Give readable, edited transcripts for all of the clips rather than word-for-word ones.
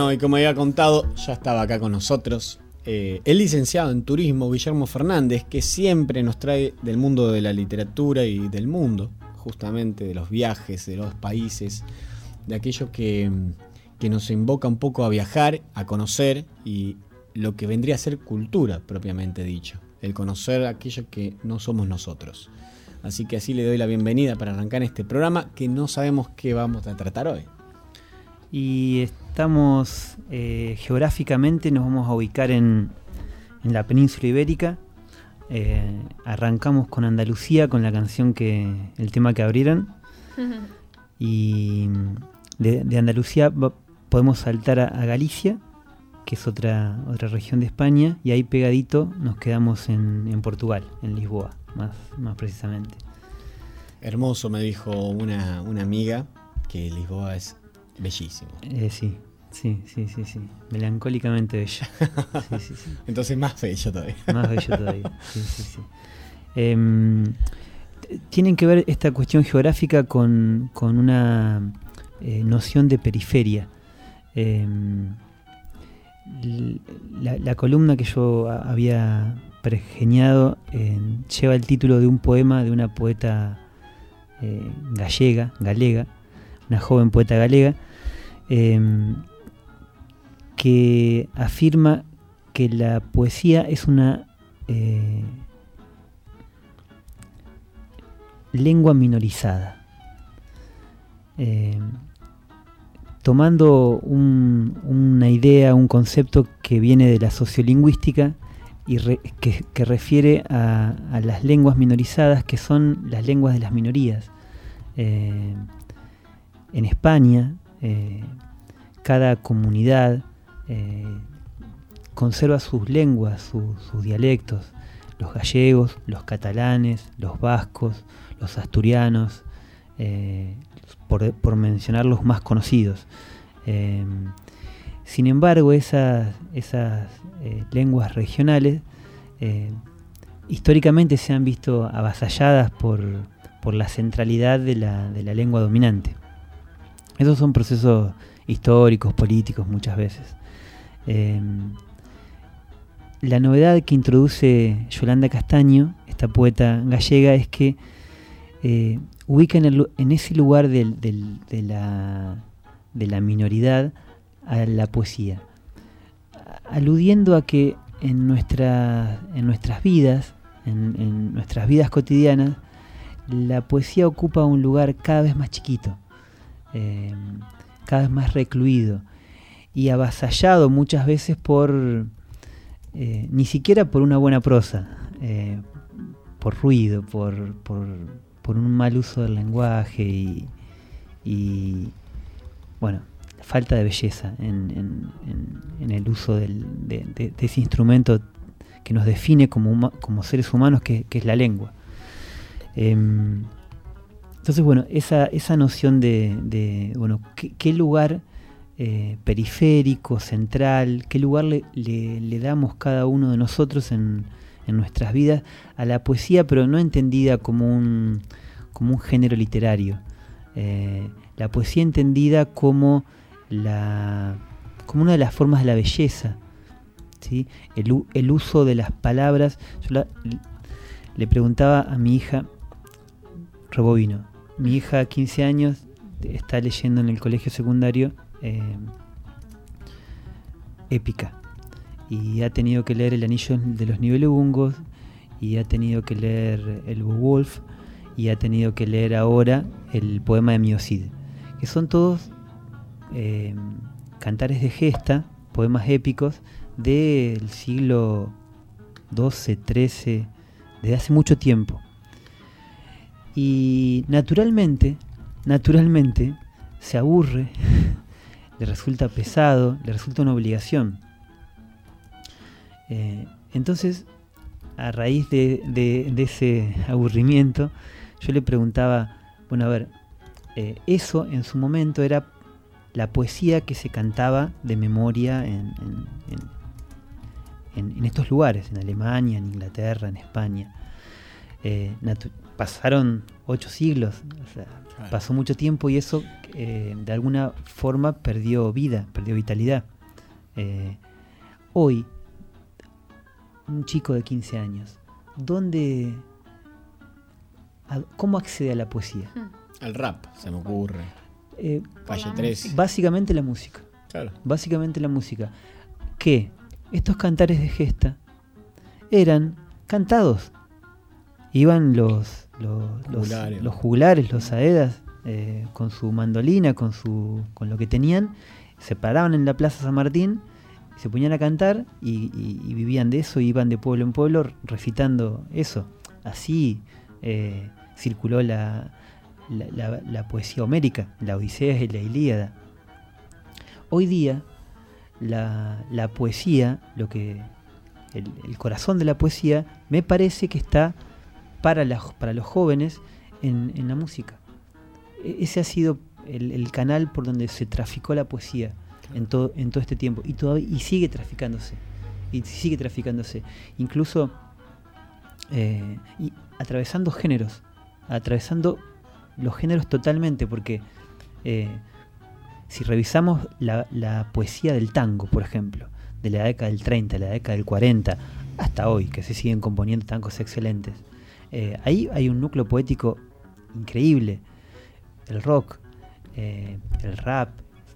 Bueno, y como había contado, ya estaba acá con nosotros el licenciado en turismo Guillermo Fernández, que siempre nos trae del mundo de la literatura y del mundo, justamente de los viajes, de los países, de aquello que nos invoca un poco a viajar, a conocer, y lo que vendría a ser cultura propiamente dicho, el conocer aquello que no somos nosotros. Así que así le doy la bienvenida para arrancar este programa, que no sabemos qué vamos a tratar hoy. Y estamos geográficamente, nos vamos a ubicar en la península ibérica. Arrancamos con Andalucía, con la canción el tema que abrieron. Y de Andalucía podemos saltar a Galicia, que es otra región de España, y ahí pegadito nos quedamos en Portugal, en Lisboa, más precisamente. Hermoso, me dijo una amiga, que Lisboa es bellísimo. Sí. Melancólicamente bello. Sí. Entonces más bello todavía. Más bello todavía. Sí. Tienen que ver esta cuestión geográfica con una noción de periferia. La columna que yo había pergeñado lleva el título de un poema de una poeta galega, una joven poeta galega, que afirma que la poesía es una lengua minorizada. Tomando una idea, un concepto que viene de la sociolingüística y que refiere a las lenguas minorizadas, que son las lenguas de las minorías. En España, cada comunidad conserva sus lenguas, sus dialectos. Los gallegos, los catalanes, los vascos, los asturianos, por mencionar los más conocidos. Sin embargo, esas lenguas regionales históricamente se han visto avasalladas por la centralidad de la lengua dominante. Esos son procesos históricos, políticos muchas veces. La novedad que introduce Yolanda Castaño, esta poeta gallega, es que ubica en ese lugar de la minoridad a la poesía, aludiendo a que en nuestras vidas, en nuestras vidas cotidianas, la poesía ocupa un lugar cada vez más chiquito, cada vez más recluido y avasallado muchas veces ni siquiera por una buena prosa, por ruido, por un mal uso del lenguaje y bueno, falta de belleza en el uso de ese instrumento que nos define como seres humanos, que es la lengua. Entonces, bueno, esa noción de qué lugar periférico, central, qué lugar le damos cada uno de nosotros en nuestras vidas a la poesía, pero no entendida como un género literario. La poesía entendida como una de las formas de la belleza, ¿sí? El uso de las palabras. Yo le preguntaba a mi hija, rebobino, mi hija 15 años está leyendo en el colegio secundario épica, y ha tenido que leer El anillo de los Nibelungos, y ha tenido que leer el Beowulf, y ha tenido que leer ahora el poema de Miocid, que son todos cantares de gesta, poemas épicos del siglo XII, XIII, desde hace mucho tiempo. Y naturalmente se aburre, le resulta pesado, le resulta una obligación. Entonces, a raíz de ese aburrimiento, yo le preguntaba, bueno, a ver, eso en su momento era la poesía que se cantaba de memoria en estos lugares, en Alemania, en Inglaterra, en España. Pasaron 8 siglos, o sea, pasó mucho tiempo, y eso de alguna forma perdió vida, perdió vitalidad. Hoy, un chico de 15 años, ¿cómo accede a la poesía? Al rap, se me ocurre. Calle 13. Básicamente la música. Claro. Básicamente la música. Que estos cantares de gesta eran cantados. Iban los juglares, los aedas, con su mandolina, con lo que tenían, se paraban en la Plaza San Martín, se ponían a cantar y vivían de eso, iban de pueblo en pueblo recitando eso. Así circuló la poesía homérica, la Odisea y la Ilíada. Hoy día la poesía, el corazón de la poesía, me parece que está para los jóvenes en la música. Ese ha sido el canal por donde se traficó la poesía en todo este tiempo y sigue traficándose. Incluso y atravesando géneros, atravesando los géneros totalmente, porque si revisamos la poesía del tango, por ejemplo, de la década del 30, de la década del 40, hasta hoy, que se siguen componiendo tangos excelentes, ahí hay un núcleo poético increíble. El rock, el rap,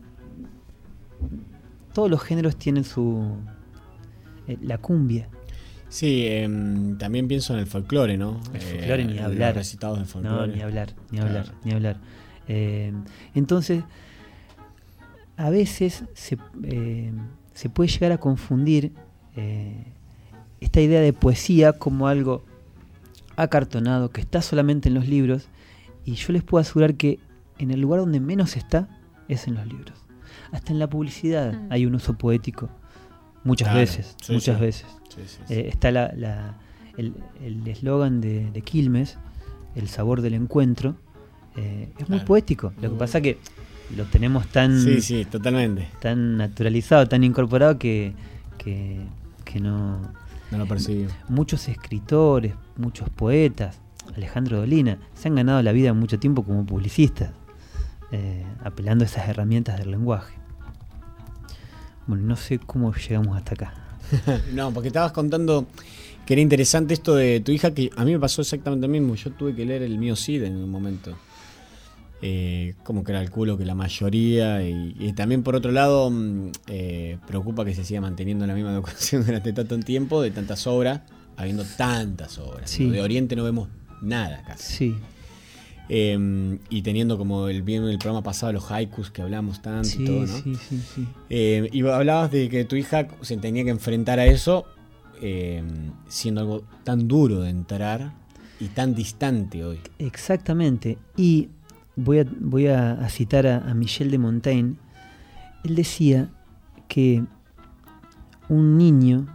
todos los géneros tienen la cumbia. Sí, también pienso en el folclore, ¿no? El folclore ni hablar. Los recitados de folclore. No, ni hablar. Entonces, a veces se puede llegar a confundir esta idea de poesía como algo acartonado, que está solamente en los libros, y yo les puedo asegurar que en el lugar donde menos está es en los libros. Hasta en la publicidad hay un uso poético, muchas veces. Sí. Está el eslogan de Quilmes, el sabor del encuentro, es muy poético. Lo que pasa que lo tenemos tan totalmente, tan naturalizado, tan incorporado que no lo percibimos. Muchos escritores, muchos poetas, Alejandro Dolina, se han ganado la vida mucho tiempo como publicistas, apelando a esas herramientas del lenguaje. Bueno, no sé cómo llegamos hasta acá. No, porque estabas contando que era interesante esto de tu hija, que a mí me pasó exactamente lo mismo. Yo tuve que leer el mío Cid en un momento. Como que era el culo que la mayoría, y también por otro lado preocupa que se siga manteniendo la misma educación durante tanto tiempo, de tantas obras, habiendo tantas obras. Sí. De Oriente no vemos nada casi. Sí. Y teniendo como el programa pasado los haikus que hablamos tanto y todo, ¿no? Sí. Y hablabas de que tu hija se tenía que enfrentar a eso, siendo algo tan duro de entrar y tan distante hoy. Exactamente. Y voy a citar a Michel de Montaigne. Él decía que un niño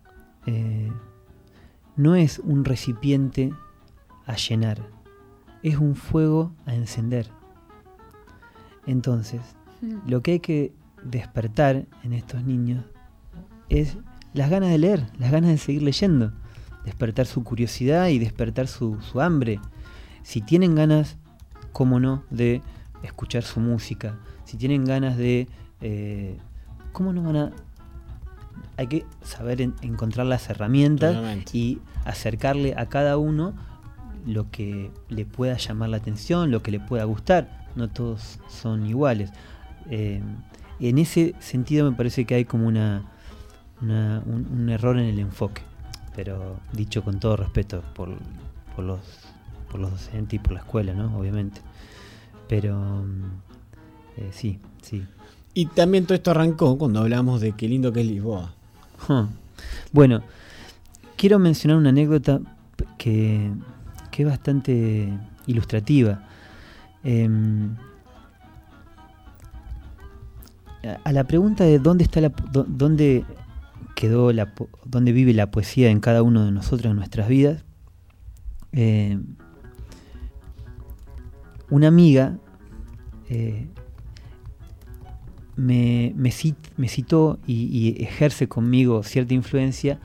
no es un recipiente a llenar, es un fuego a encender. Entonces, lo que hay que despertar en estos niños es las ganas de leer, las ganas de seguir leyendo, despertar su curiosidad y despertar su hambre. Si tienen ganas, cómo no, de escuchar su música, si tienen ganas de... ¿cómo no van a...? Hay que saber encontrar las herramientas. Totalmente. Y acercarle a cada uno lo que le pueda llamar la atención, lo que le pueda gustar. No todos son iguales. En ese sentido me parece que hay como un error en el enfoque, pero dicho con todo respeto por los docentes y por la escuela, ¿no? Obviamente. Pero sí. Y también todo esto arrancó cuando hablamos de qué lindo que es Lisboa. Bueno, quiero mencionar una anécdota que es bastante ilustrativa. A la pregunta de dónde vive la poesía en cada uno de nosotros en nuestras vidas, una amiga me citó y ejerce conmigo cierta influencia,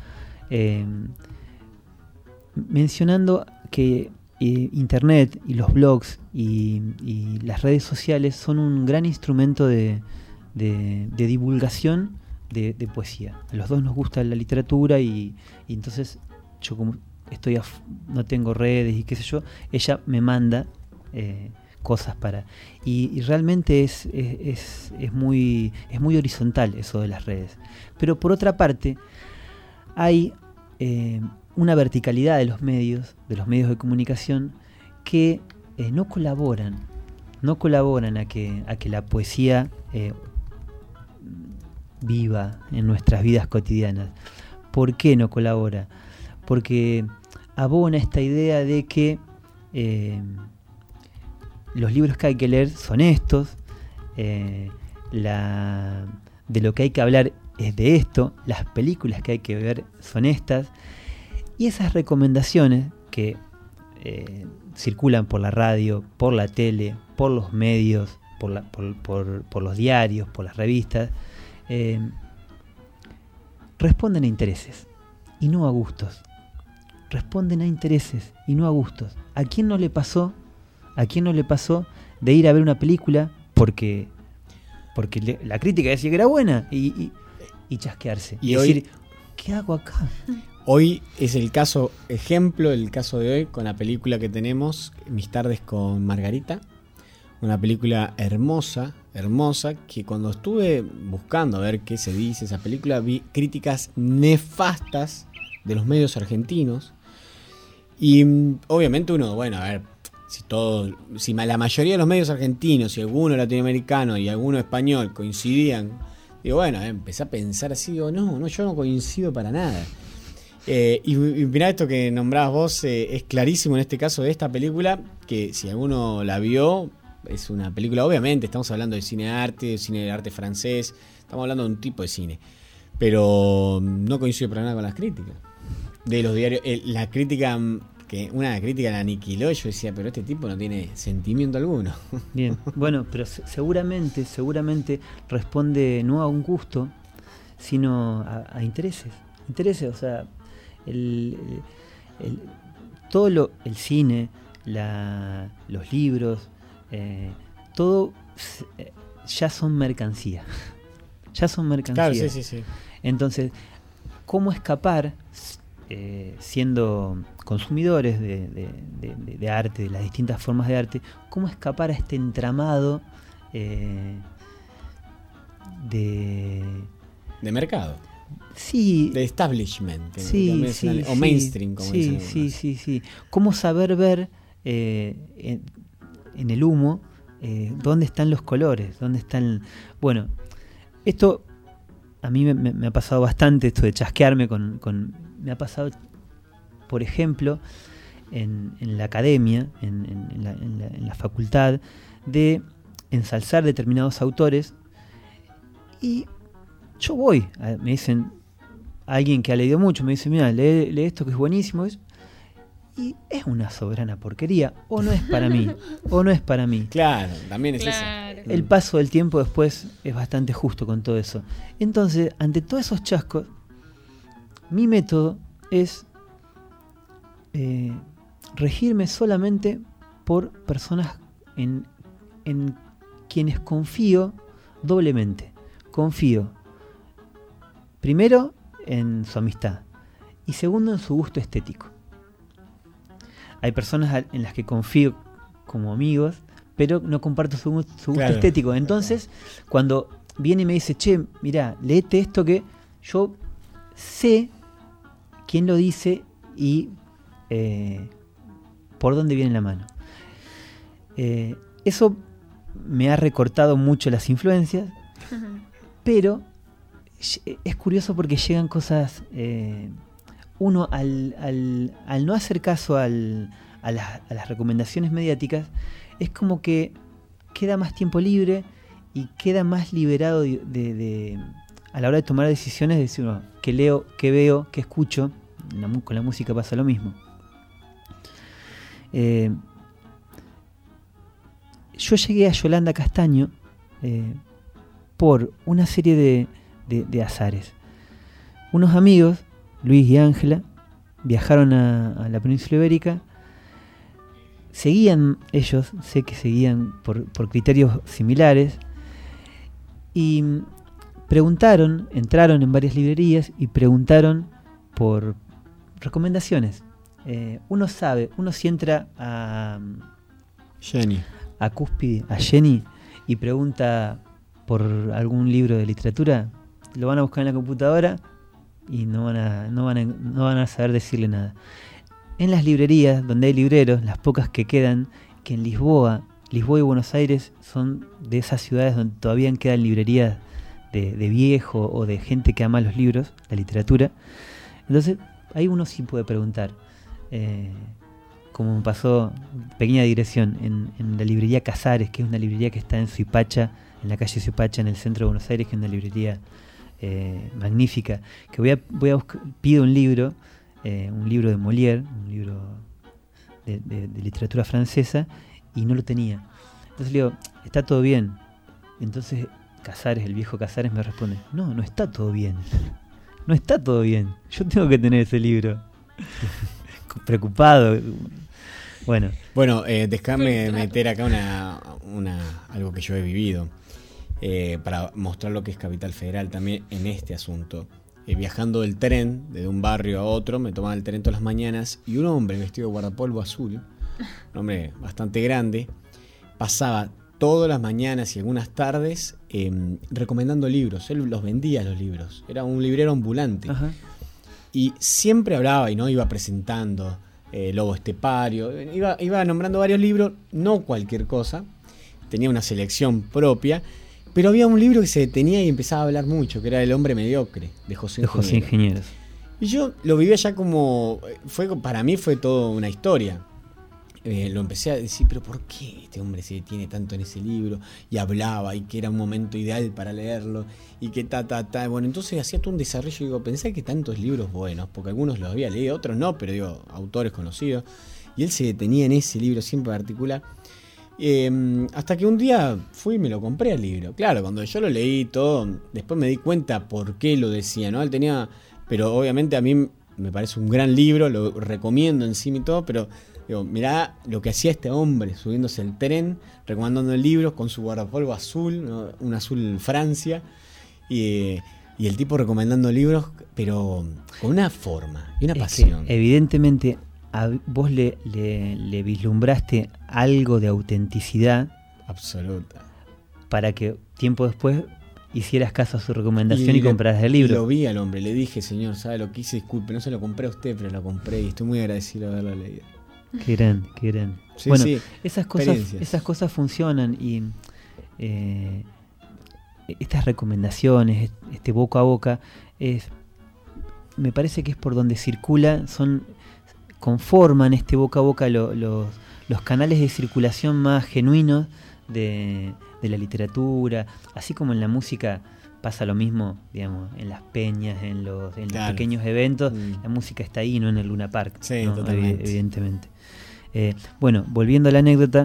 mencionando que Internet y los blogs y las redes sociales son un gran instrumento de divulgación de poesía. A los dos nos gusta la literatura y entonces yo como no tengo redes y qué sé yo, ella me manda cosas para... Y realmente es muy horizontal eso de las redes. Pero por otra parte, hay una verticalidad de los medios de comunicación que no colaboran a que la poesía viva en nuestras vidas cotidianas. ¿Por qué no colabora? Porque abona esta idea de que los libros que hay que leer son estos, de lo que hay que hablar es de esto, las películas que hay que ver son estas, y esas recomendaciones que circulan por la radio, por la tele, por los medios, por los diarios, por las revistas, responden a intereses y no a gustos. Responden a intereses y no a gustos. ¿A quién no le pasó de ir a ver una película porque la crítica decía que era buena y chasquearse? Y decir, ¿qué hago acá? Hoy es el caso de hoy con la película que tenemos, Mis tardes con Margarita. Una película hermosa, que cuando estuve buscando a ver qué se dice esa película, vi críticas nefastas de los medios argentinos. Y obviamente uno, bueno, a ver, si la mayoría de los medios argentinos y alguno latinoamericano y alguno español coincidían, digo, bueno, empecé a pensar así, digo, no, yo no coincido para nada. Y mirá, esto que nombrabas vos es clarísimo en este caso de esta película, que si alguno la vio, es una película, obviamente, estamos hablando de cine de arte francés, estamos hablando de un tipo de cine, pero no coincide para nada con las críticas de los diarios. La crítica, una crítica la aniquiló, yo decía, pero este tipo no tiene sentimiento alguno. Bien, bueno, pero seguramente responde no a un gusto, sino a intereses, o sea, el cine, los libros, todo ya son mercancía. Claro, sí. Entonces, ¿cómo escapar, siendo consumidores de arte, de las distintas formas de arte, cómo escapar a este entramado de mercado? Sí. De establishment. Sí, o mainstream, como dicen. Sí. ¿Cómo saber ver en el humo dónde están los colores? ¿Dónde están? Bueno, esto a mí me ha pasado bastante, esto de chasquearme me ha pasado, por ejemplo, en la academia, en la facultad, de ensalzar determinados autores, y yo me dicen, alguien que ha leído mucho, me dice, mira, lee esto que es buenísimo, y es una soberana porquería, o no es para mí. Claro, también es eso. El paso del tiempo después es bastante justo con todo eso. Entonces, ante todos esos chascos, mi método es regirme solamente por personas en quienes confío doblemente. Confío, primero, en su amistad, y segundo, en su gusto estético. Hay personas en las que confío como amigos, pero no comparto su gusto estético. Entonces, cuando viene y me dice, che, mirá, léete esto, que yo sé quién lo dice y por dónde viene la mano. Eso me ha recortado mucho las influencias, pero es curioso porque llegan cosas... uno al no hacer caso a las recomendaciones mediáticas, es como que queda más tiempo libre y queda más liberado a la hora de tomar decisiones, de decir, bueno, qué leo, qué veo, qué escucho. Con la música pasa lo mismo. Yo llegué a Yolanda Castaño por una serie de azares. Unos amigos, Luis y Ángela, viajaron a la península ibérica. Sé que seguían por criterios similares, y entraron en varias librerías y preguntaron por recomendaciones. Uno si entra a Cúspide, a Jenny, y pregunta por algún libro de literatura, lo van a buscar en la computadora y no van a saber decirle nada. En las librerías, donde hay libreros, las pocas que quedan, que en Lisboa y Buenos Aires son de esas ciudades donde todavía quedan librerías de viejo o de gente que ama los libros, la literatura. Entonces, ahí uno sí puede preguntar. Como me pasó, pequeña digresión, en la librería Casares, que es una librería que está en Suipacha, en la calle Suipacha, en el centro de Buenos Aires, que es una librería magnífica, que pido un libro de Molière, un libro de literatura francesa, y no lo tenía. Entonces le digo, ¿está todo bien? Entonces Casares, el viejo Casares, me responde, no está todo bien. No está todo bien. Yo tengo que tener ese libro. Preocupado. Bueno, déjame meter acá algo que yo he vivido para mostrar lo que es Capital Federal también en este asunto. Viajando del tren, desde un barrio a otro, me tomaba el tren todas las mañanas y un hombre vestido de guardapolvo azul, un hombre bastante grande, pasaba todas las mañanas y algunas tardes recomendando libros. Él los vendía, los libros. Era un librero ambulante. Ajá. Y siempre hablaba y no iba presentando Lobo Estepario. Iba nombrando varios libros, no cualquier cosa. Tenía una selección propia. Pero había un libro que se detenía y empezaba a hablar mucho, que era El hombre mediocre, de José Ingenieros. Y yo lo vivía ya como... para mí fue toda una historia. Lo empecé a decir, pero ¿por qué este hombre se detiene tanto en ese libro? Y hablaba, y que era un momento ideal para leerlo, y que Bueno, entonces hacía todo un desarrollo y digo, pensé que tantos libros buenos, porque algunos los había leído, otros no, pero digo, autores conocidos. Y él se detenía en ese libro siempre particular. Hasta que un día fui y me lo compré el libro. Claro, cuando yo lo leí todo, después me di cuenta por qué lo decía, ¿no? Él tenía... Pero obviamente a mí me parece un gran libro, lo recomiendo encima y todo, pero... Digo, mirá lo que hacía este hombre subiéndose el tren, recomendando libros con su guardapolvo azul, ¿no? Un azul Francia, y el tipo recomendando libros, pero con una forma y una pasión. Evidentemente, vos le vislumbraste algo de autenticidad absoluta para que tiempo después hicieras caso a su recomendación y compraras el libro. Lo vi al hombre, le dije, señor, ¿sabe lo que hice? Disculpe, no se lo compré a usted, pero lo compré y estoy muy agradecido de haberlo leído. Qué grande. Sí, bueno, sí, esas cosas funcionan y estas recomendaciones, este boca a boca, me parece que es por donde circula, conforman este boca a boca los canales de circulación más genuinos de la literatura, así como en la música pasa lo mismo, digamos, en las peñas, en los pequeños eventos, la música está ahí, no en el Luna Park, sí, ¿no? Totalmente. Evidentemente. Bueno, volviendo a la anécdota,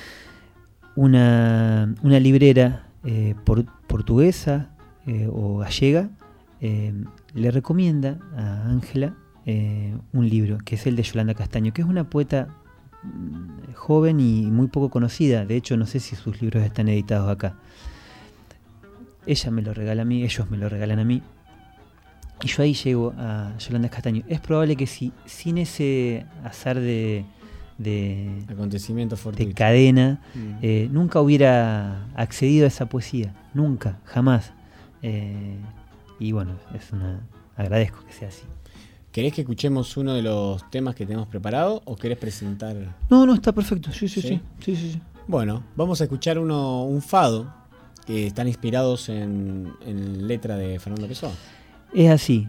una librera portuguesa o gallega le recomienda a Ángela un libro, que es el de Yolanda Castaño, que es una poeta joven y muy poco conocida. De hecho, no sé si sus libros están editados acá. Ella me lo regala a mí, ellos me lo regalan a mí, y yo ahí llego a Yolanda Castaño. Es probable que sin ese azar de acontecimiento fortuito, de cadena, nunca hubiera accedido a esa poesía, nunca, jamás. Y bueno, agradezco que sea así. ¿Querés que escuchemos uno de los temas que tenemos preparado o querés presentar? No, está perfecto. Sí. Bueno, vamos a escuchar un fado que están inspirados en letra de Fernando Pessoa. Es así.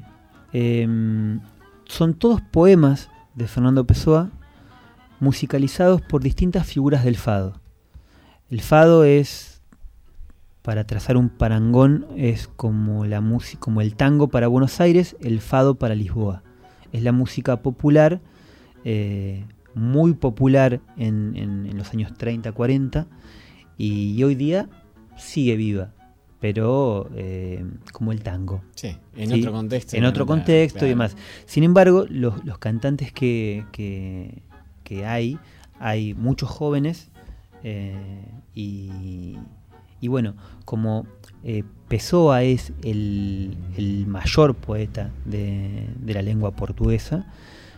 Son todos poemas de Fernando Pessoa musicalizados por distintas figuras del fado. El fado es, para trazar un parangón, es como la música, como el tango para Buenos Aires, el fado para Lisboa. Es la música popular, muy popular en los años 30, 40, y hoy día sigue viva, pero como el tango. Sí, en otro contexto. En otro contexto, claro. Y demás. Sin embargo, los cantantes que hay muchos jóvenes y Y bueno, como Pessoa es el mayor poeta de la lengua portuguesa,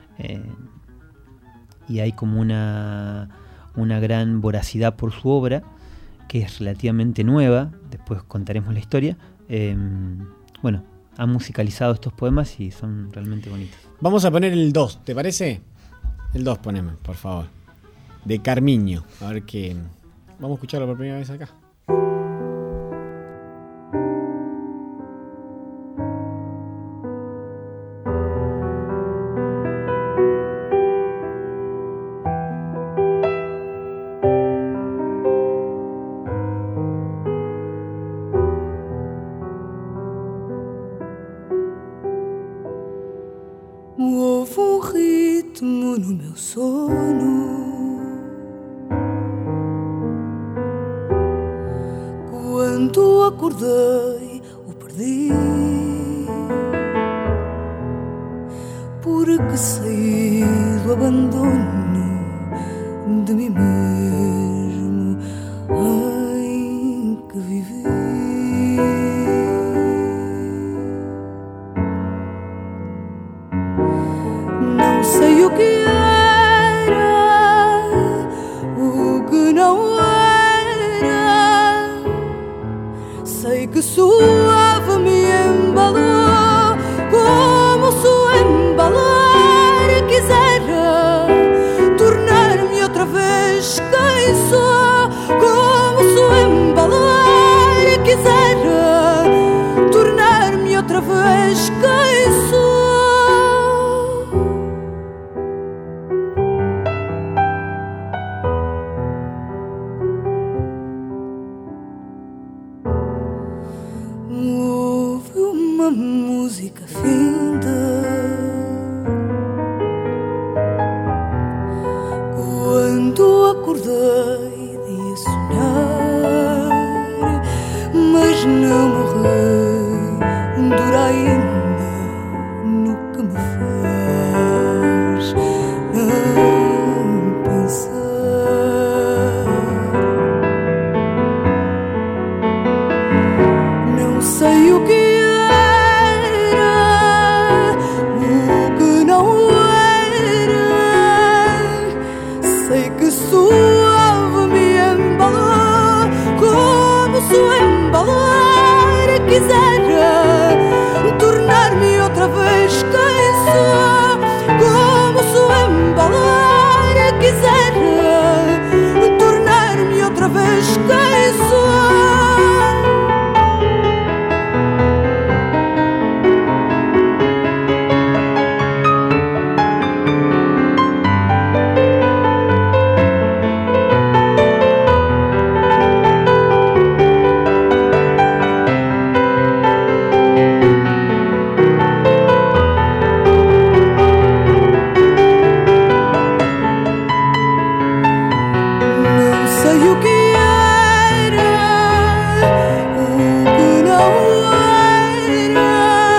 y hay como una gran voracidad por su obra, que es relativamente nueva, después contaremos la historia. Bueno, ha musicalizado estos poemas y son realmente bonitos. Vamos a poner el 2, ¿te parece? El 2 poneme, por favor. De Carmiño. A ver qué... Vamos a escucharlo por primera vez acá. Houve ritmo no meu sono quando acordei, o perdi, porque saí do abandono de mim mesmo em que vivi. Não sei o que era, o que não era. Sei que suave me embalou, como se embalar quisera, tornar-me outra vez quem sou, como se embalar quisera, tornar-me outra vez quem sou. Houve uma música finda quando acordei de sonhar, mas não morreu, dura ainda no que me faz não pensar. Não sei o que era, o que não era. Sei que suave me embalou, como se embalar quisera, tornar-me outra vez quem sou, como se embalar quisera, tornar-me outra vez quem sou. Não sei o que era, o que não era.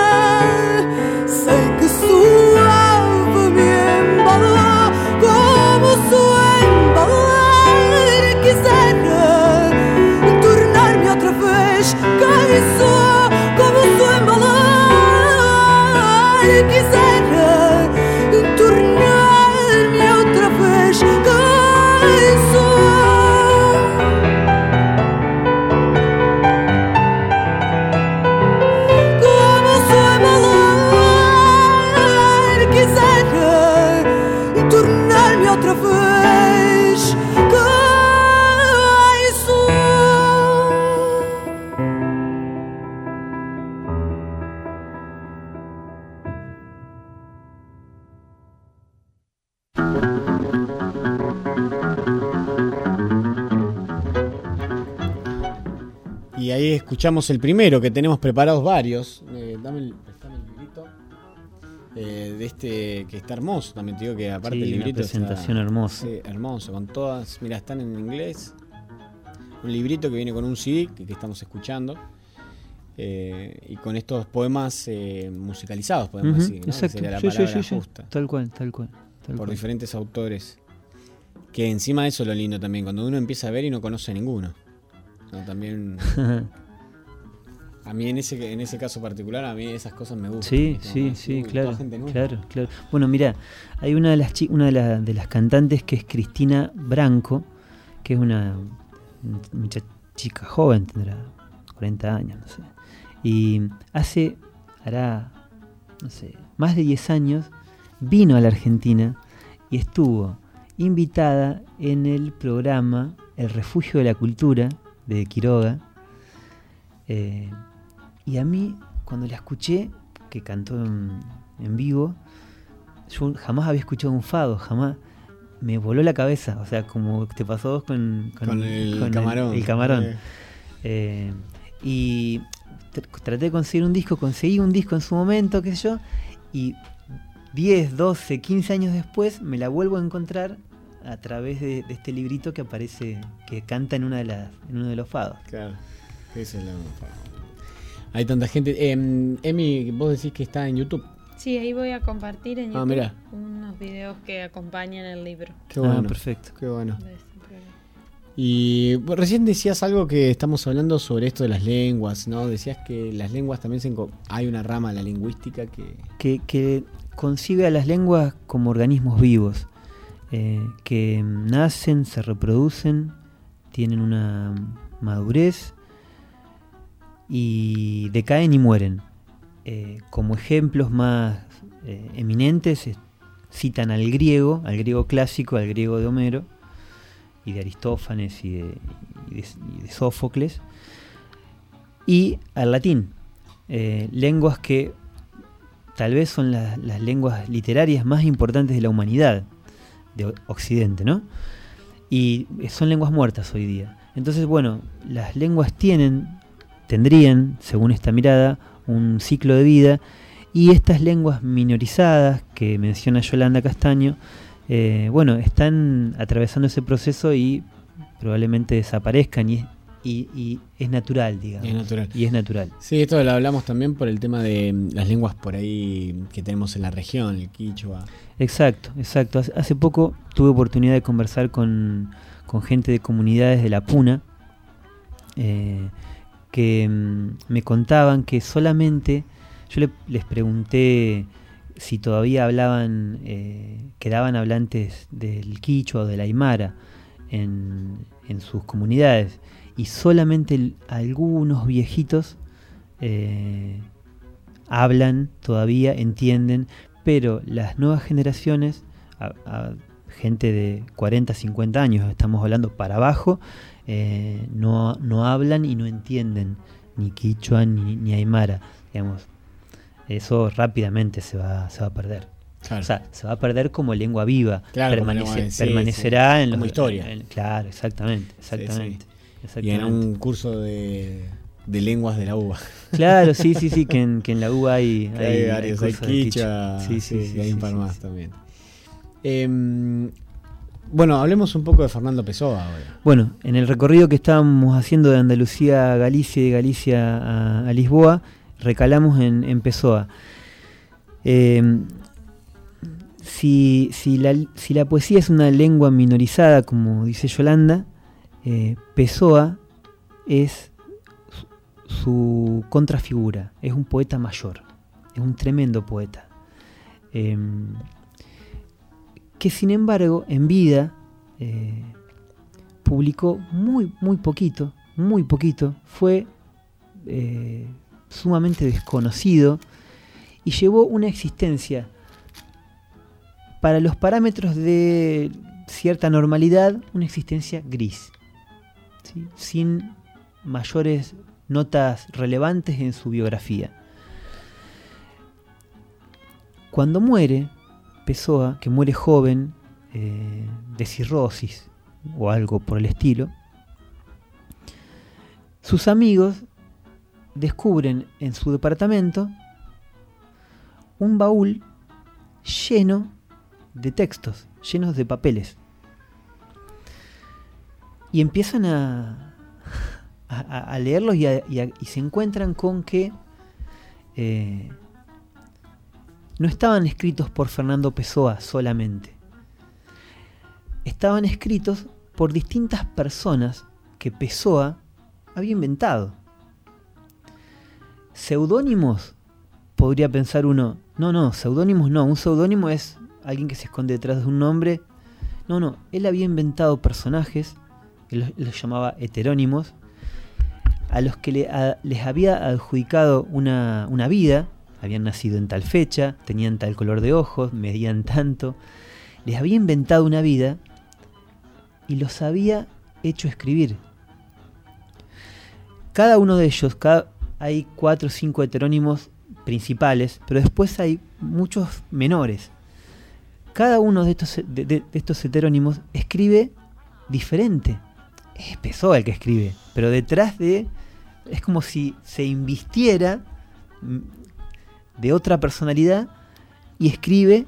Sei que suave me embalou, como se embalar quisera, tornar-me outra vez quem sou, como se embalar quisera, tornar-me outra vez quem sou. Como se embalar quisera, tornar-me outra vez quem sou. Y ahí escuchamos el primero, que tenemos preparados varios. Préstame el librito. De este que está hermoso también, te digo que aparte Sí, el una librito presentación hermosa. Sí, hermoso, con todas, mira, están en inglés. Un librito que viene con un CD que estamos escuchando. Y con estos poemas musicalizados, podemos decir, ¿no? Que Exacto. sería la Sí, palabra sí. justa. Tal cual. Por diferentes autores. Que encima de eso es lo lindo también, cuando uno empieza a ver y no conoce a ninguno. No, también. A mí en ese caso particular, a mí esas cosas me gustan. Sí, claro, claro. Bueno, mira, hay una de las cantantes que es Cristina Branco, que es una chica joven, tendrá 40 años, no sé. Y hará, no sé, más de 10 años, vino a la Argentina y estuvo invitada en el programa El Refugio de la Cultura de Quiroga. Y a mí, cuando la escuché, que cantó en vivo, yo jamás había escuchado un fado, jamás. Me voló la cabeza, o sea, como te pasó vos con el camarón. El camarón. Y traté de conseguir un disco, conseguí un disco en su momento, qué sé yo, y 10, 12, 15 años después me la vuelvo a encontrar a través de este librito que aparece, que canta en uno de los fados. Claro, ese es el fado. Hay tanta gente. Emi, vos decís que está en YouTube. Sí, ahí voy a compartir en YouTube mirá. unos videos que acompañan el libro. Qué bueno. Perfecto. Qué bueno. Y recién decías algo que estamos hablando sobre esto de las lenguas, ¿no? Decías que las lenguas también hay una rama de la lingüística que concibe a las lenguas como organismos vivos, que nacen, se reproducen, tienen una madurez y decaen y mueren. Como ejemplos más eminentes citan al griego clásico, al griego de Homero y de Aristófanes y de Sófocles, y al latín, lenguas que tal vez son las lenguas literarias más importantes de la humanidad, de Occidente, ¿no? Y son lenguas muertas hoy día. Entonces, bueno, las lenguas tendrían, según esta mirada, un ciclo de vida, y estas lenguas minorizadas que menciona Yolanda Castaño, están atravesando ese proceso y probablemente desaparezcan, y es natural, digamos. Es natural. Y es natural. Sí, esto lo hablamos también por el tema de las lenguas por ahí que tenemos en la región, el quichua. Exacto. Hace poco tuve oportunidad de conversar con gente de comunidades de la Puna, que me contaban que solamente, yo les pregunté si todavía quedaban hablantes del quichua o del aymara en sus comunidades, y solamente algunos viejitos hablan todavía, entienden, pero las nuevas generaciones, gente de 40, 50 años, estamos hablando para abajo, no hablan y no entienden ni quichua ni aymara, digamos. Eso rápidamente se va a perder. Claro. O sea, se va a perder como lengua viva. Claro, permanecerá en como historia. Claro, exactamente. Sí. Y en un curso de lenguas de la UBA. Claro, sí, que en la UBA hay varios, hay quichua, y hay un par más también. Bueno, hablemos un poco de Fernando Pessoa ahora. Bueno, en el recorrido que estábamos haciendo de Andalucía a Galicia y de Galicia a Lisboa, recalamos en Pessoa. Si la poesía es una lengua minorizada, como dice Yolanda, Pessoa es su contrafigura, es un poeta mayor, es un tremendo poeta, que sin embargo en vida publicó muy poquito, fue sumamente desconocido y llevó una existencia para los parámetros de cierta normalidad, una existencia gris, ¿sí? Sin mayores notas relevantes en su biografía. Cuando muere Pessoa, que muere joven, de cirrosis o algo por el estilo, sus amigos descubren en su departamento un baúl lleno de textos, llenos de papeles, y empiezan a leerlos y se encuentran con que no estaban escritos por Fernando Pessoa solamente, estaban escritos por distintas personas que Pessoa había inventado. Seudónimos, podría pensar uno, no, seudónimos no, un seudónimo es alguien que se esconde detrás de un nombre. No, él había inventado personajes, él los llamaba heterónimos, a los que les había adjudicado una vida, habían nacido en tal fecha, tenían tal color de ojos, medían tanto, les había inventado una vida y los había hecho escribir. Cada uno de ellos, hay 4 o 5 heterónimos principales, pero después hay muchos menores. Cada uno de estos heterónimos escribe diferente. Es Pessoa el que escribe, pero detrás es como si se invistiera de otra personalidad y escribe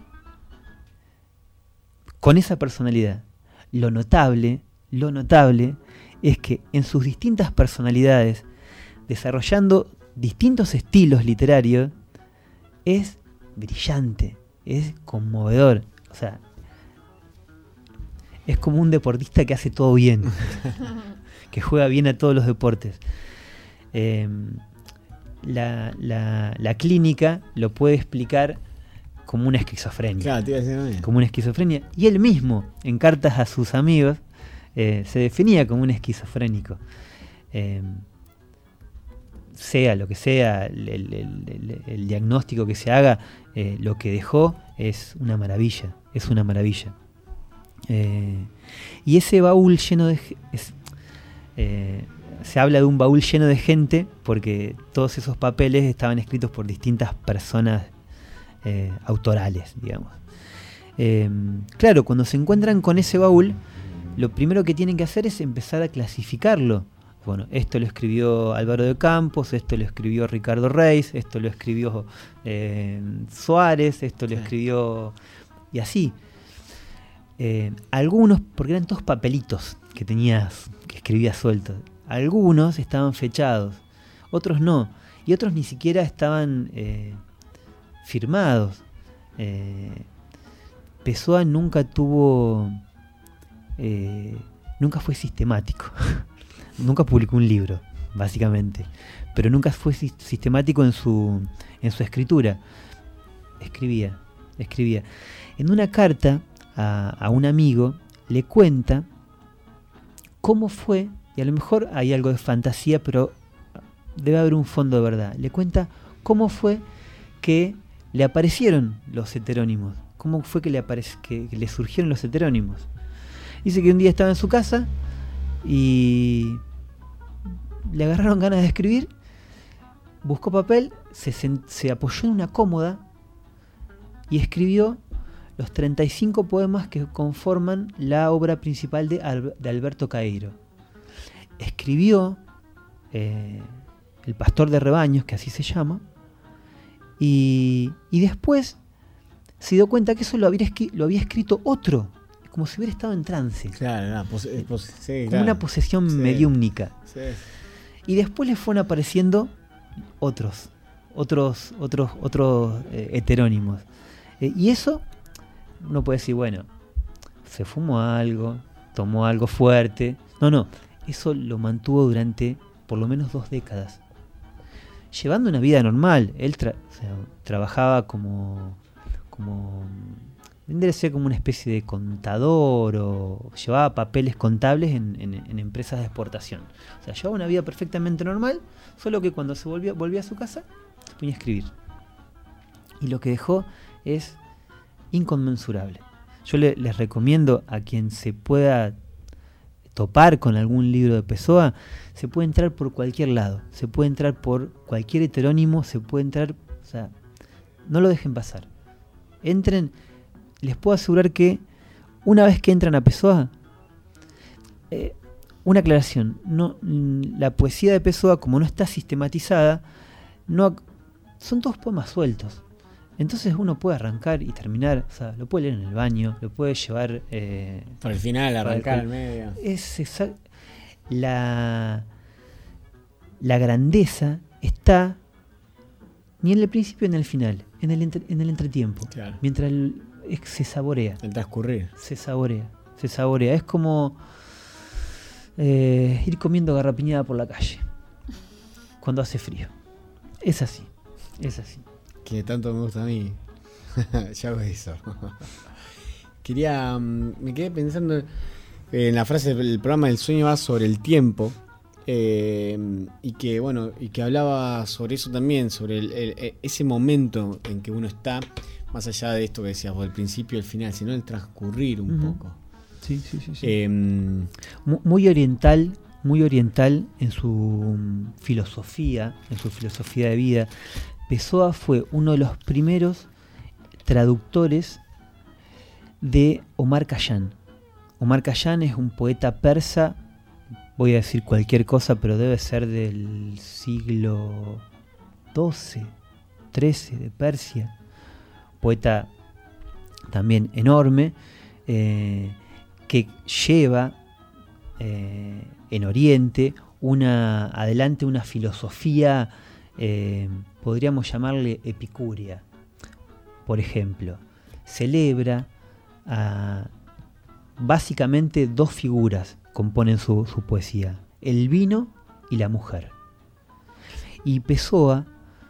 con esa personalidad. Lo notable es que en sus distintas personalidades, desarrollando distintos estilos literarios, es brillante, es conmovedor. O sea, es como un deportista que hace todo bien, que juega bien a todos los deportes. La clínica lo puede explicar como una esquizofrenia. Claro, te iba a decir también. Como una esquizofrenia. Y él mismo, en cartas a sus amigos, se definía como un esquizofrénico. Sea lo que sea, el diagnóstico que se haga, lo que dejó es una maravilla. Es una maravilla. Y ese baúl lleno de... se habla de un baúl lleno de gente porque todos esos papeles estaban escritos por distintas personas autorales, digamos. Claro, cuando se encuentran con ese baúl, lo primero que tienen que hacer es empezar a clasificarlo. Bueno, esto lo escribió Álvaro de Campos, esto lo escribió Ricardo Reis, esto lo escribió Suárez, esto lo escribió... y así. Algunos, porque eran todos papelitos que escribía sueltos. Algunos estaban fechados, otros no, y otros ni siquiera estaban firmados. Pessoa nunca fue sistemático. Nunca publicó un libro, básicamente, pero nunca fue sistemático en su escritura. Escribía. En una carta a un amigo le cuenta cómo fue, y a lo mejor hay algo de fantasía, pero debe haber un fondo de verdad. Le cuenta cómo fue que le aparecieron los heterónimos, cómo fue que le surgieron los heterónimos. Dice que un día estaba en su casa y le agarraron ganas de escribir, buscó papel, se apoyó en una cómoda y escribió los 35 poemas que conforman la obra principal de Alberto Caeiro. Escribió El pastor de rebaños, que así se llama, y después se dio cuenta que eso lo había escrito otro, como si hubiera estado en trance. Claro, como una posesión mediúmnica. Sí. Y después le fueron apareciendo otros heterónimos. Y eso, uno puede decir, bueno, se fumó algo, tomó algo fuerte. No, eso lo mantuvo durante por lo menos 2 décadas. Llevando una vida normal. Él trabajaba como tendría que ser como una especie de contador, o llevaba papeles contables en empresas de exportación. O sea, llevaba una vida perfectamente normal, solo que cuando se volvía a su casa, se ponía a escribir. Y lo que dejó es inconmensurable. Yo les recomiendo a quien se pueda topar con algún libro de Pessoa, se puede entrar por cualquier lado, se puede entrar por cualquier heterónimo, se puede entrar, o sea, no lo dejen pasar. Entren. Les puedo asegurar que una vez que entran a Pessoa, una aclaración, la poesía de Pessoa, como no está sistematizada, son todos poemas sueltos. Entonces uno puede arrancar y terminar, o sea, lo puede leer en el baño, lo puede llevar... por el final, arrancar al medio. La grandeza está ni en el principio ni en el final, en el entretiempo. Claro. Mientras se saborea. El transcurrir. Se saborea. Es como Ir comiendo garrapiñada por la calle cuando hace frío. Es así. Que tanto me gusta a mí. Ya hago eso. Me quedé pensando en la frase del programa El sueño va sobre el tiempo. Y que hablaba sobre eso también, sobre ese momento en que uno está, más allá de esto que decías vos, el principio y el final, sino el transcurrir un poco. Sí. Muy oriental en su filosofía de vida. Pessoa fue uno de los primeros traductores de Omar Khayyam. Omar Khayyam es un poeta persa, voy a decir cualquier cosa, pero debe ser del siglo XII, XIII de Persia. Poeta también enorme, que lleva en Oriente adelante una filosofía, podríamos llamarle epicúrea. Por ejemplo, celebra básicamente dos figuras componen su poesía: el vino y la mujer. Y Pessoa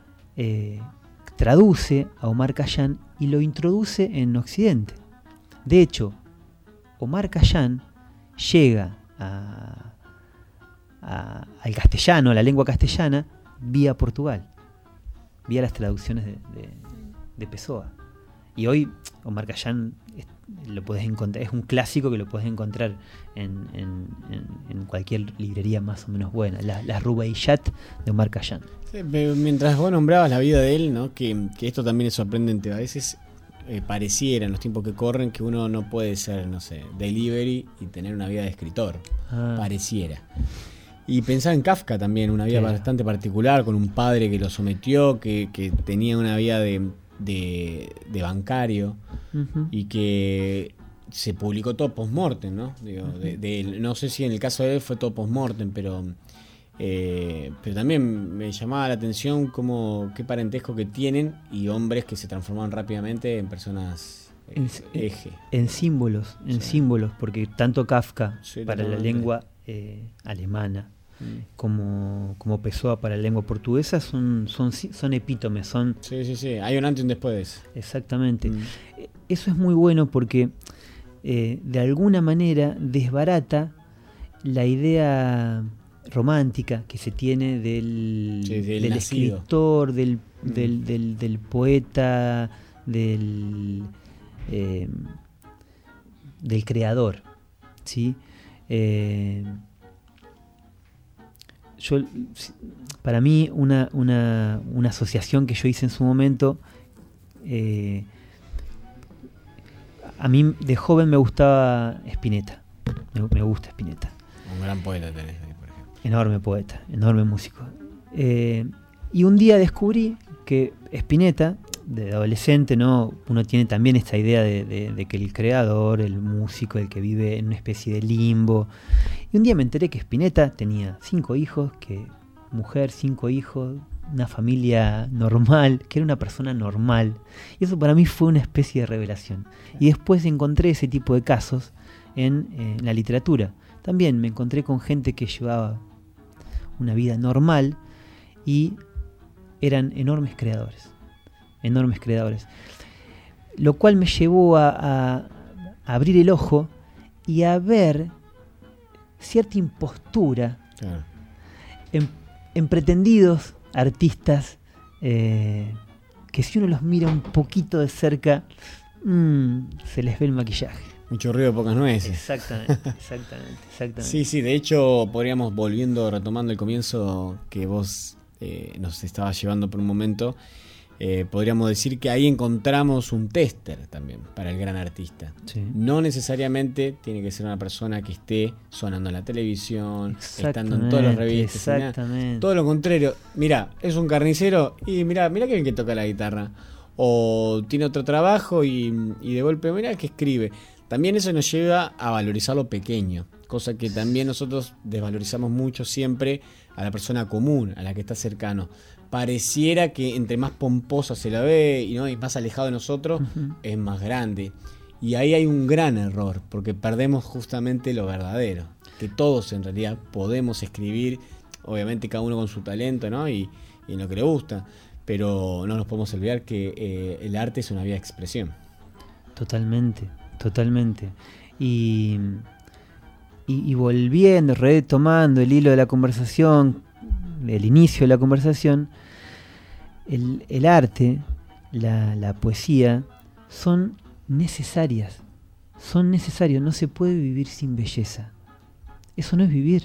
traduce a Omar Khayyam y lo introduce en Occidente. De hecho, Omar Khayyam llega al castellano, a la lengua castellana, vía Portugal, vía las traducciones de Pessoa. Y hoy Omar Khayyam lo puedes encontrar, es un clásico que lo puedes encontrar en cualquier librería más o menos buena, las Rubaiyat de Omar Khayyam. Sí, mientras vos nombrabas la vida de él, ¿no? que esto también es sorprendente. A veces pareciera en los tiempos que corren que uno no puede ser, no sé, delivery y tener una vida de escritor. Pareciera. Y pensaba en Kafka también, una vida bastante particular, con un padre que lo sometió, que tenía una vida de bancario, y que se publicó todo post-mortem, ¿no? Digo, no sé si en el caso de él fue todo post-mortem, pero también me llamaba la atención qué parentesco que tienen, y hombres que se transformaron rápidamente en personas eje. En símbolos, porque tanto Kafka para la lengua alemana como Pessoa para la lengua portuguesa son epítomes, son... Sí, hay un antes y un después. Exactamente. Eso es muy bueno porque de alguna manera desbarata la idea romántica que se tiene del escritor, del poeta, del creador, ¿sí? Para mí una asociación que yo hice en su momento, a mí de joven me gustaba Spinetta, me gusta Spinetta. Un gran poeta tenés ahí, por ejemplo. Enorme poeta, enorme músico. Y un día descubrí que Spinetta, de adolescente, ¿no? Uno tiene también esta idea de que el creador, el músico, el que vive en una especie de limbo. Y un día me enteré que Spinetta tenía 5 hijos, mujer, 5 hijos, una familia normal, que era una persona normal. Y eso para mí fue una especie de revelación. Y después encontré ese tipo de casos en la literatura. También me encontré con gente que llevaba una vida normal y eran enormes creadores. Lo cual me llevó a abrir el ojo y a ver cierta impostura en pretendidos artistas que si uno los mira un poquito de cerca se les ve el maquillaje. Mucho ruido, pocas nueces. Exactamente. Sí, de hecho podríamos, retomando el comienzo que vos nos estabas llevando por un momento, podríamos decir que ahí encontramos un tester también para el gran artista. Sí. No necesariamente tiene que ser una persona que esté sonando en la televisión, estando en todas las revistas. Exactamente. Todo lo contrario. Mirá, es un carnicero y mirá que bien que toca la guitarra. O tiene otro trabajo y de golpe, mirá que escribe. También eso nos lleva a valorizar lo pequeño, cosa que también nosotros desvalorizamos mucho siempre a la persona común, a la que está cercano. Pareciera que entre más pomposa se la ve y más alejado de nosotros, es más grande. Y ahí hay un gran error, porque perdemos justamente lo verdadero, que todos en realidad podemos escribir, obviamente cada uno con su talento, ¿no? Y en lo que le gusta, pero no nos podemos olvidar que el arte es una vía de expresión. Totalmente. Y volviendo, retomando el hilo de la conversación, el inicio de la conversación, el arte, la poesía, son necesarias, no se puede vivir sin belleza. Eso no es vivir,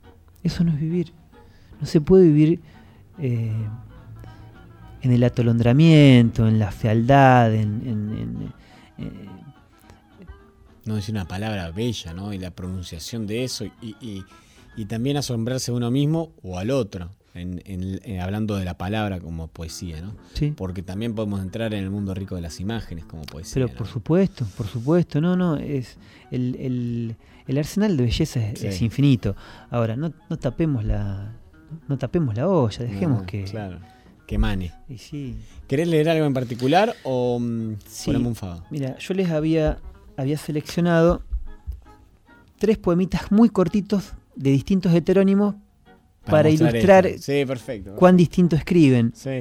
no se puede vivir en el atolondramiento, en la fealdad, No decir una palabra bella, ¿no? Y la pronunciación de eso, y también asombrarse a uno mismo o al otro, hablando de la palabra como poesía, ¿no? Sí. Porque también podemos entrar en el mundo rico de las imágenes como poesía. Pero ¿no? por supuesto, no, es el arsenal de belleza es infinito. Ahora, no tapemos la olla, dejemos que... Claro, que emane. Y sí. ¿Querés leer algo en particular o Sí. ponemos un fado? Mira, yo les había seleccionado 3 poemitas muy cortitos de distintos heterónimos para ilustrar sí, perfecto. cuán distinto escriben. Sí.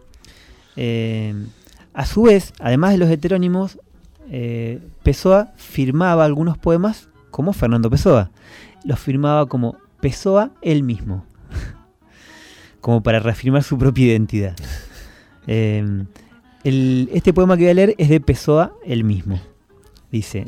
A su vez, además de los heterónimos, Pessoa firmaba algunos poemas como Fernando Pessoa. Los firmaba como Pessoa él mismo, como para reafirmar su propia identidad. Este poema que voy a leer es de Pessoa él mismo. Dice...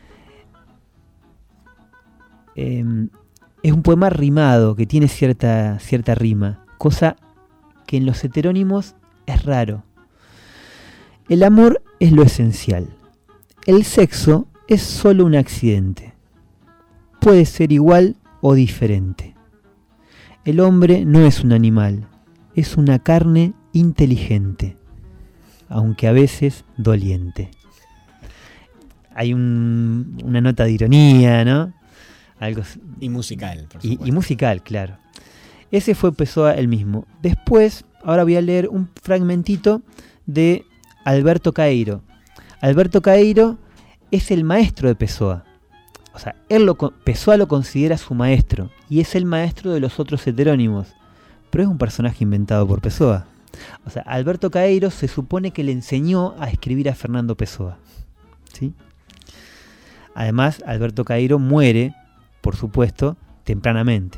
es un poema rimado que tiene cierta rima, cosa que en los heterónimos es raro. El amor es lo esencial. El sexo es solo un accidente. Puede ser igual o diferente. El hombre no es un animal, es una carne inteligente, aunque a veces doliente. Hay una nota de ironía, ¿no? Algo, y musical, por supuesto. Y musical, claro. Ese fue Pessoa el mismo. Después, ahora voy a leer un fragmentito de Alberto Caeiro. Alberto Caeiro es el maestro de Pessoa. O sea, Pessoa lo considera su maestro y es el maestro de los otros heterónimos. Pero es un personaje inventado por Pessoa. O sea, Alberto Caeiro se supone que le enseñó a escribir a Fernando Pessoa, ¿sí? Además, Alberto Caeiro muere, por supuesto, tempranamente.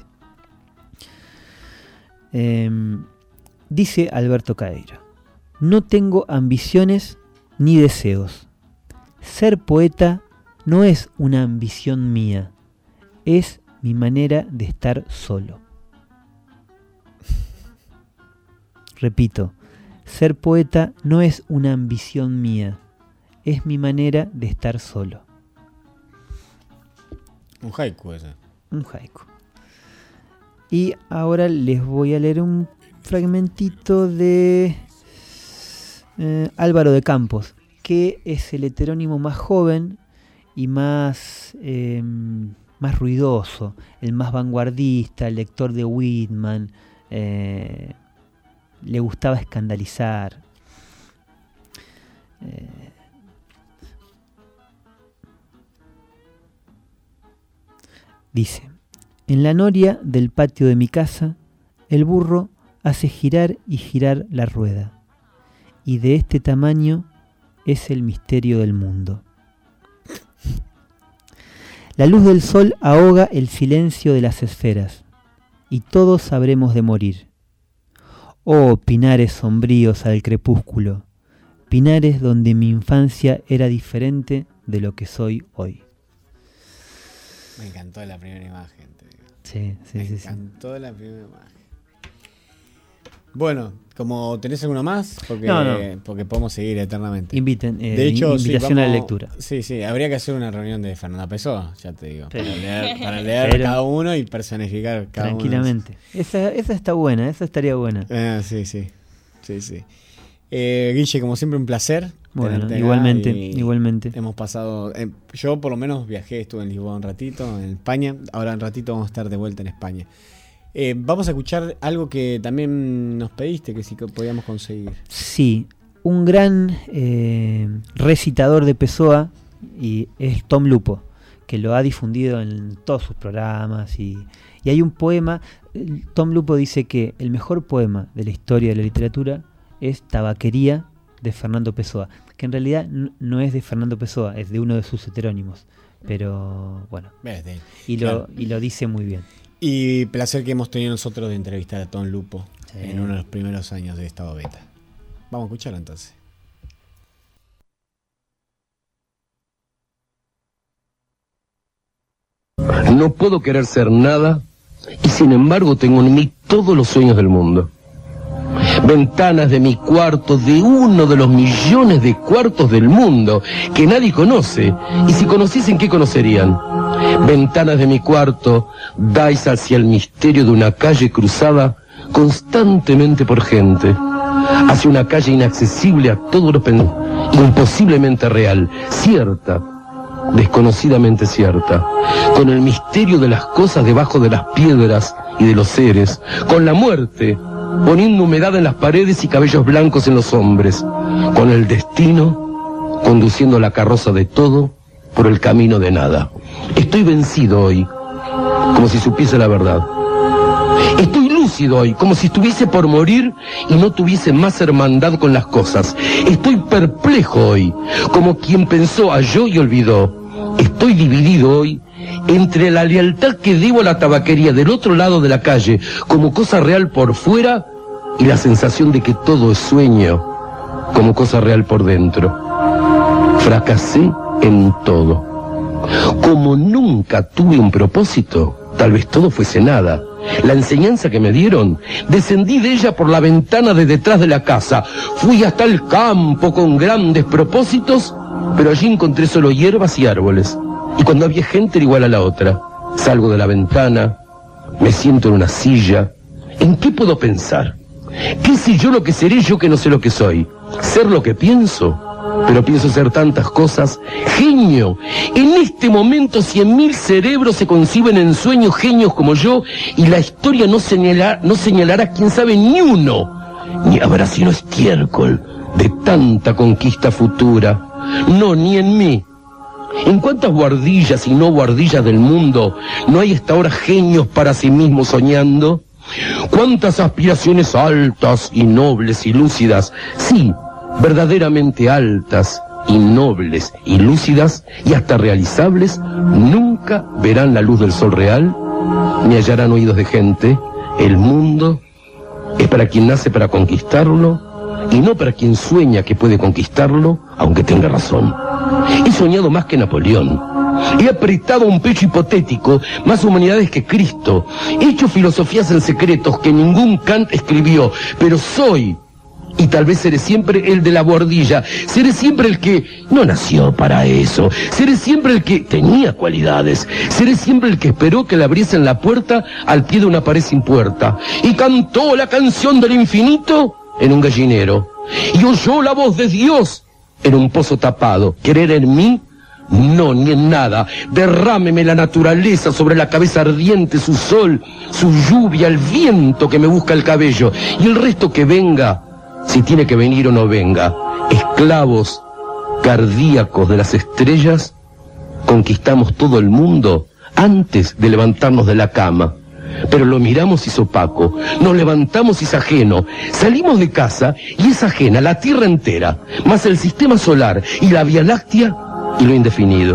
Dice Alberto Caeiro: no tengo ambiciones ni deseos. Ser poeta no es una ambición mía, es mi manera de estar solo. Repito, ser poeta no es una ambición mía, es mi manera de estar solo. Un haiku ese. Un haiku. Y ahora les voy a leer un fragmentito de Álvaro de Campos, que es el heterónimo más joven y más ruidoso, el más vanguardista, el lector de Whitman. Le gustaba escandalizar. Dice: en la noria del patio de mi casa, el burro hace girar y girar la rueda, y de este tamaño es el misterio del mundo. La luz del sol ahoga el silencio de las esferas, y todos habremos de morir. Oh, pinares sombríos al crepúsculo, pinares donde mi infancia era diferente de lo que soy hoy. Me encantó la primera imagen, te digo. Sí. Me encantó la primera imagen. Bueno, como tenés alguno más, porque podemos seguir eternamente. De hecho, invitación a la lectura. Sí, habría que hacer una reunión de Fernanda Pessoa, ya te digo, para leer cada uno y personificar cada tranquilamente. uno. Esa está buena, esa estaría buena. Sí. Guille, como siempre, un placer. Bueno, igualmente. Hemos pasado, yo por lo menos viajé, estuve en Lisboa un ratito, en España, ahora un ratito vamos a estar de vuelta en España. Vamos a escuchar algo que también nos pediste, que sí que podíamos conseguir. Sí, un gran recitador de Pessoa, y es Tom Lupo, que lo ha difundido en todos sus programas, y hay un poema. Tom Lupo dice que el mejor poema de la historia de la literatura es Tabaquería, de Fernando Pessoa, que en realidad no es de Fernando Pessoa, es de uno de sus heterónimos, pero bueno, y lo dice muy bien. Y placer que hemos tenido nosotros de entrevistar a Tom Lupo en uno de los primeros años de Estado Beta. Vamos a escucharlo entonces. No puedo querer ser nada y sin embargo tengo en mí todos los sueños del mundo. Ventanas de mi cuarto, de uno de los millones de cuartos del mundo que nadie conoce, y si conociesen, ¿qué conocerían? Ventanas de mi cuarto dais hacia el misterio de una calle cruzada constantemente por gente, hacia una calle inaccesible a todos los imposiblemente real, cierta, desconocidamente cierta, con el misterio de las cosas debajo de las piedras y de los seres, con la muerte poniendo humedad en las paredes y cabellos blancos en los hombres, con el destino conduciendo la carroza de todo por el camino de nada. Estoy vencido hoy, como si supiese la verdad. Estoy lúcido hoy, como si estuviese por morir y no tuviese más hermandad con las cosas. Estoy perplejo hoy, como quien pensó, halló y olvidó. Estoy dividido hoy entre la lealtad que debo a la tabaquería del otro lado de la calle, como cosa real por fuera, y la sensación de que todo es sueño, como cosa real por dentro. Fracasé en todo. Como nunca tuve un propósito, tal vez todo fuese nada. La enseñanza que me dieron, descendí de ella por la ventana de detrás de la casa, fui hasta el campo con grandes propósitos, pero allí encontré solo hierbas y árboles, y cuando había gente era igual a la otra. Salgo de la ventana, me siento en una silla. ¿En qué puedo pensar? ¿Qué sé yo lo que seré yo que no sé lo que soy? ¿Ser lo que pienso? Pero pienso ser tantas cosas. ¡Genio! En este momento 100.000 cerebros se conciben en sueños genios como yo, y la historia no señalará, quién sabe, ni uno, ni habrá sino estiércol de tanta conquista futura. No, ni en mí. ¿En cuántas guardillas y no guardillas del mundo no hay hasta ahora genios para sí mismos soñando? ¿Cuántas aspiraciones altas y nobles y lúcidas, sí, verdaderamente altas y nobles y lúcidas y hasta realizables, nunca verán la luz del sol real, ni hallarán oídos de gente? El mundo es para quien nace para conquistarlo y no para quien sueña que puede conquistarlo, aunque tenga razón. He soñado más que Napoleón. He apretado un pecho hipotético más humanidades que Cristo. He hecho filosofías en secretos que ningún Kant escribió, pero soy, y tal vez seré siempre el de la buhardilla, seré siempre el que no nació para eso, seré siempre el que tenía cualidades, seré siempre el que esperó que le abriesen la puerta al pie de una pared sin puerta, y cantó la canción del infinito en un gallinero, y oyó la voz de Dios en un pozo tapado. ¿Querer en mí? No, ni en nada. Derrámeme la naturaleza sobre la cabeza ardiente, su sol, su lluvia, el viento que me busca el cabello, y el resto que venga, si tiene que venir o no venga. Esclavos cardíacos de las estrellas, conquistamos todo el mundo antes de levantarnos de la cama. Pero lo miramos y es opaco, nos levantamos y es ajeno, salimos de casa y es ajena la Tierra entera, más el sistema solar y la Vía Láctea y lo indefinido.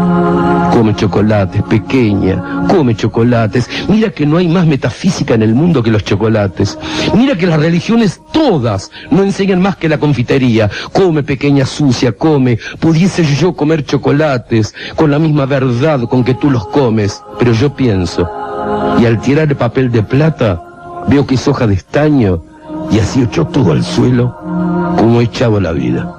Come chocolates, pequeña, come chocolates. Mira que no hay más metafísica en el mundo que los chocolates. Mira que las religiones todas no enseñan más que la confitería. Come, pequeña sucia, come. Pudiese yo comer chocolates con la misma verdad con que tú los comes, pero yo pienso, y al tirar el papel de plata veo que es hoja de estaño, y así echó todo al suelo como he echado la vida.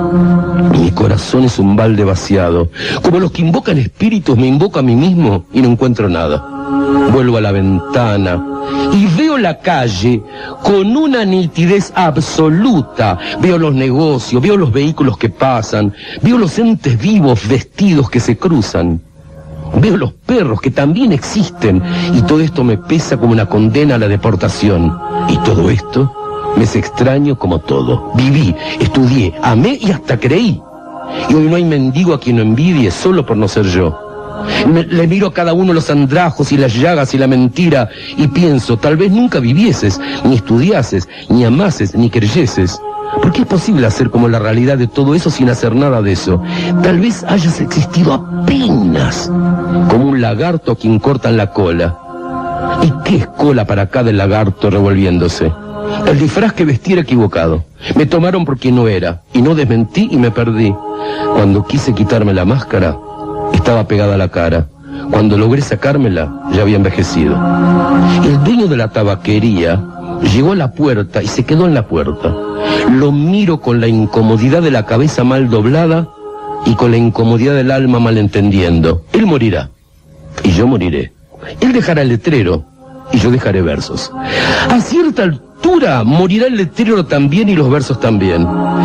Mi corazón es un balde vaciado. Como los que invocan espíritus, me invoco a mí mismo y no encuentro nada. Vuelvo a la ventana y veo la calle con una nitidez absoluta. Veo los negocios, veo los vehículos que pasan, veo los entes vivos vestidos que se cruzan. Veo los perros que también existen, y todo esto me pesa como una condena a la deportación. Y todo esto me es extraño como todo. Viví, estudié, amé y hasta creí. Y hoy no hay mendigo a quien no envidie solo por no ser yo. Le miro a cada uno los andrajos y las llagas y la mentira y pienso, tal vez nunca vivieses, ni estudiases, ni amases, ni creyeses. ¿Por qué es posible hacer como la realidad de todo eso sin hacer nada de eso? Tal vez hayas existido apenas, como un lagarto a quien cortan la cola. ¿Y qué es cola para cada lagarto revolviéndose? El disfraz que vestí era equivocado. Me tomaron por quien no era, y no desmentí y me perdí. Cuando quise quitarme la máscara, estaba pegada a la cara. Cuando logré sacármela, ya había envejecido. El dueño de la tabaquería llegó a la puerta y se quedó en la puerta. Lo miro con la incomodidad de la cabeza mal doblada y con la incomodidad del alma mal entendiendo. Él morirá, y yo moriré. Él dejará el letrero, y yo dejaré versos. A cierta altura morirá el letrero también y los versos también.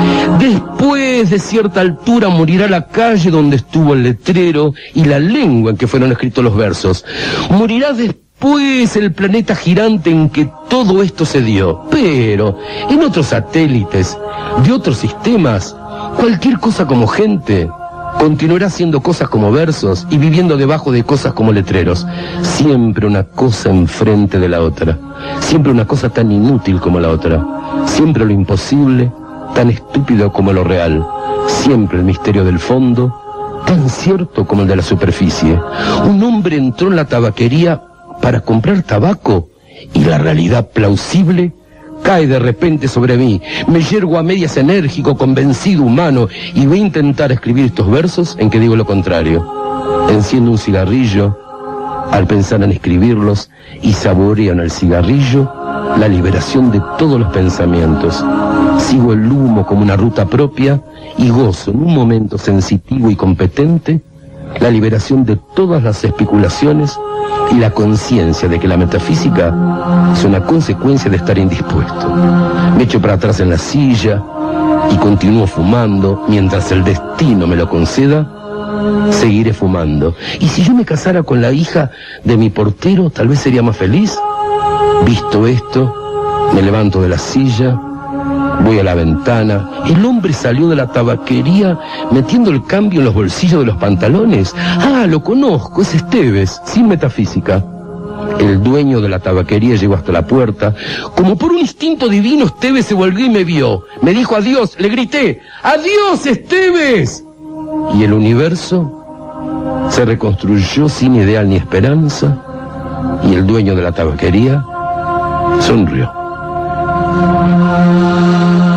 Después de cierta altura morirá la calle donde estuvo el letrero y la lengua en que fueron escritos los versos. Morirá después el planeta girante en que todo esto se dio. Pero en otros satélites de otros sistemas, cualquier cosa como gente continuará haciendo cosas como versos y viviendo debajo de cosas como letreros. Siempre una cosa enfrente de la otra. Siempre una cosa tan inútil como la otra. Siempre lo imposible, tan estúpido como lo real. Siempre el misterio del fondo, tan cierto como el de la superficie. Un hombre entró en la tabaquería para comprar tabaco y la realidad plausible cae de repente sobre mí. Me yergo a medias enérgico, convencido, humano, y voy a intentar escribir estos versos en que digo lo contrario. Enciendo un cigarrillo al pensar en escribirlos y saboreo en el cigarrillo la liberación de todos los pensamientos. Sigo el humo como una ruta propia y gozo en un momento sensitivo y competente la liberación de todas las especulaciones y la conciencia de que la metafísica es una consecuencia de estar indispuesto. Me echo para atrás en la silla y continúo fumando. Mientras el destino me lo conceda, seguiré fumando. Y si yo me casara con la hija de mi portero, tal vez sería más feliz. Visto esto, me levanto de la silla, voy a la ventana. El hombre salió de la tabaquería metiendo el cambio en los bolsillos de los pantalones. Ah, lo conozco, es Esteves, sin metafísica. El dueño de la tabaquería llegó hasta la puerta. Como por un instinto divino, Esteves se volvió y me vio. Me dijo adiós, le grité, ¡adiós, Esteves! Y el universo se reconstruyó sin ideal ni esperanza, y el dueño de la tabaquería sonrió.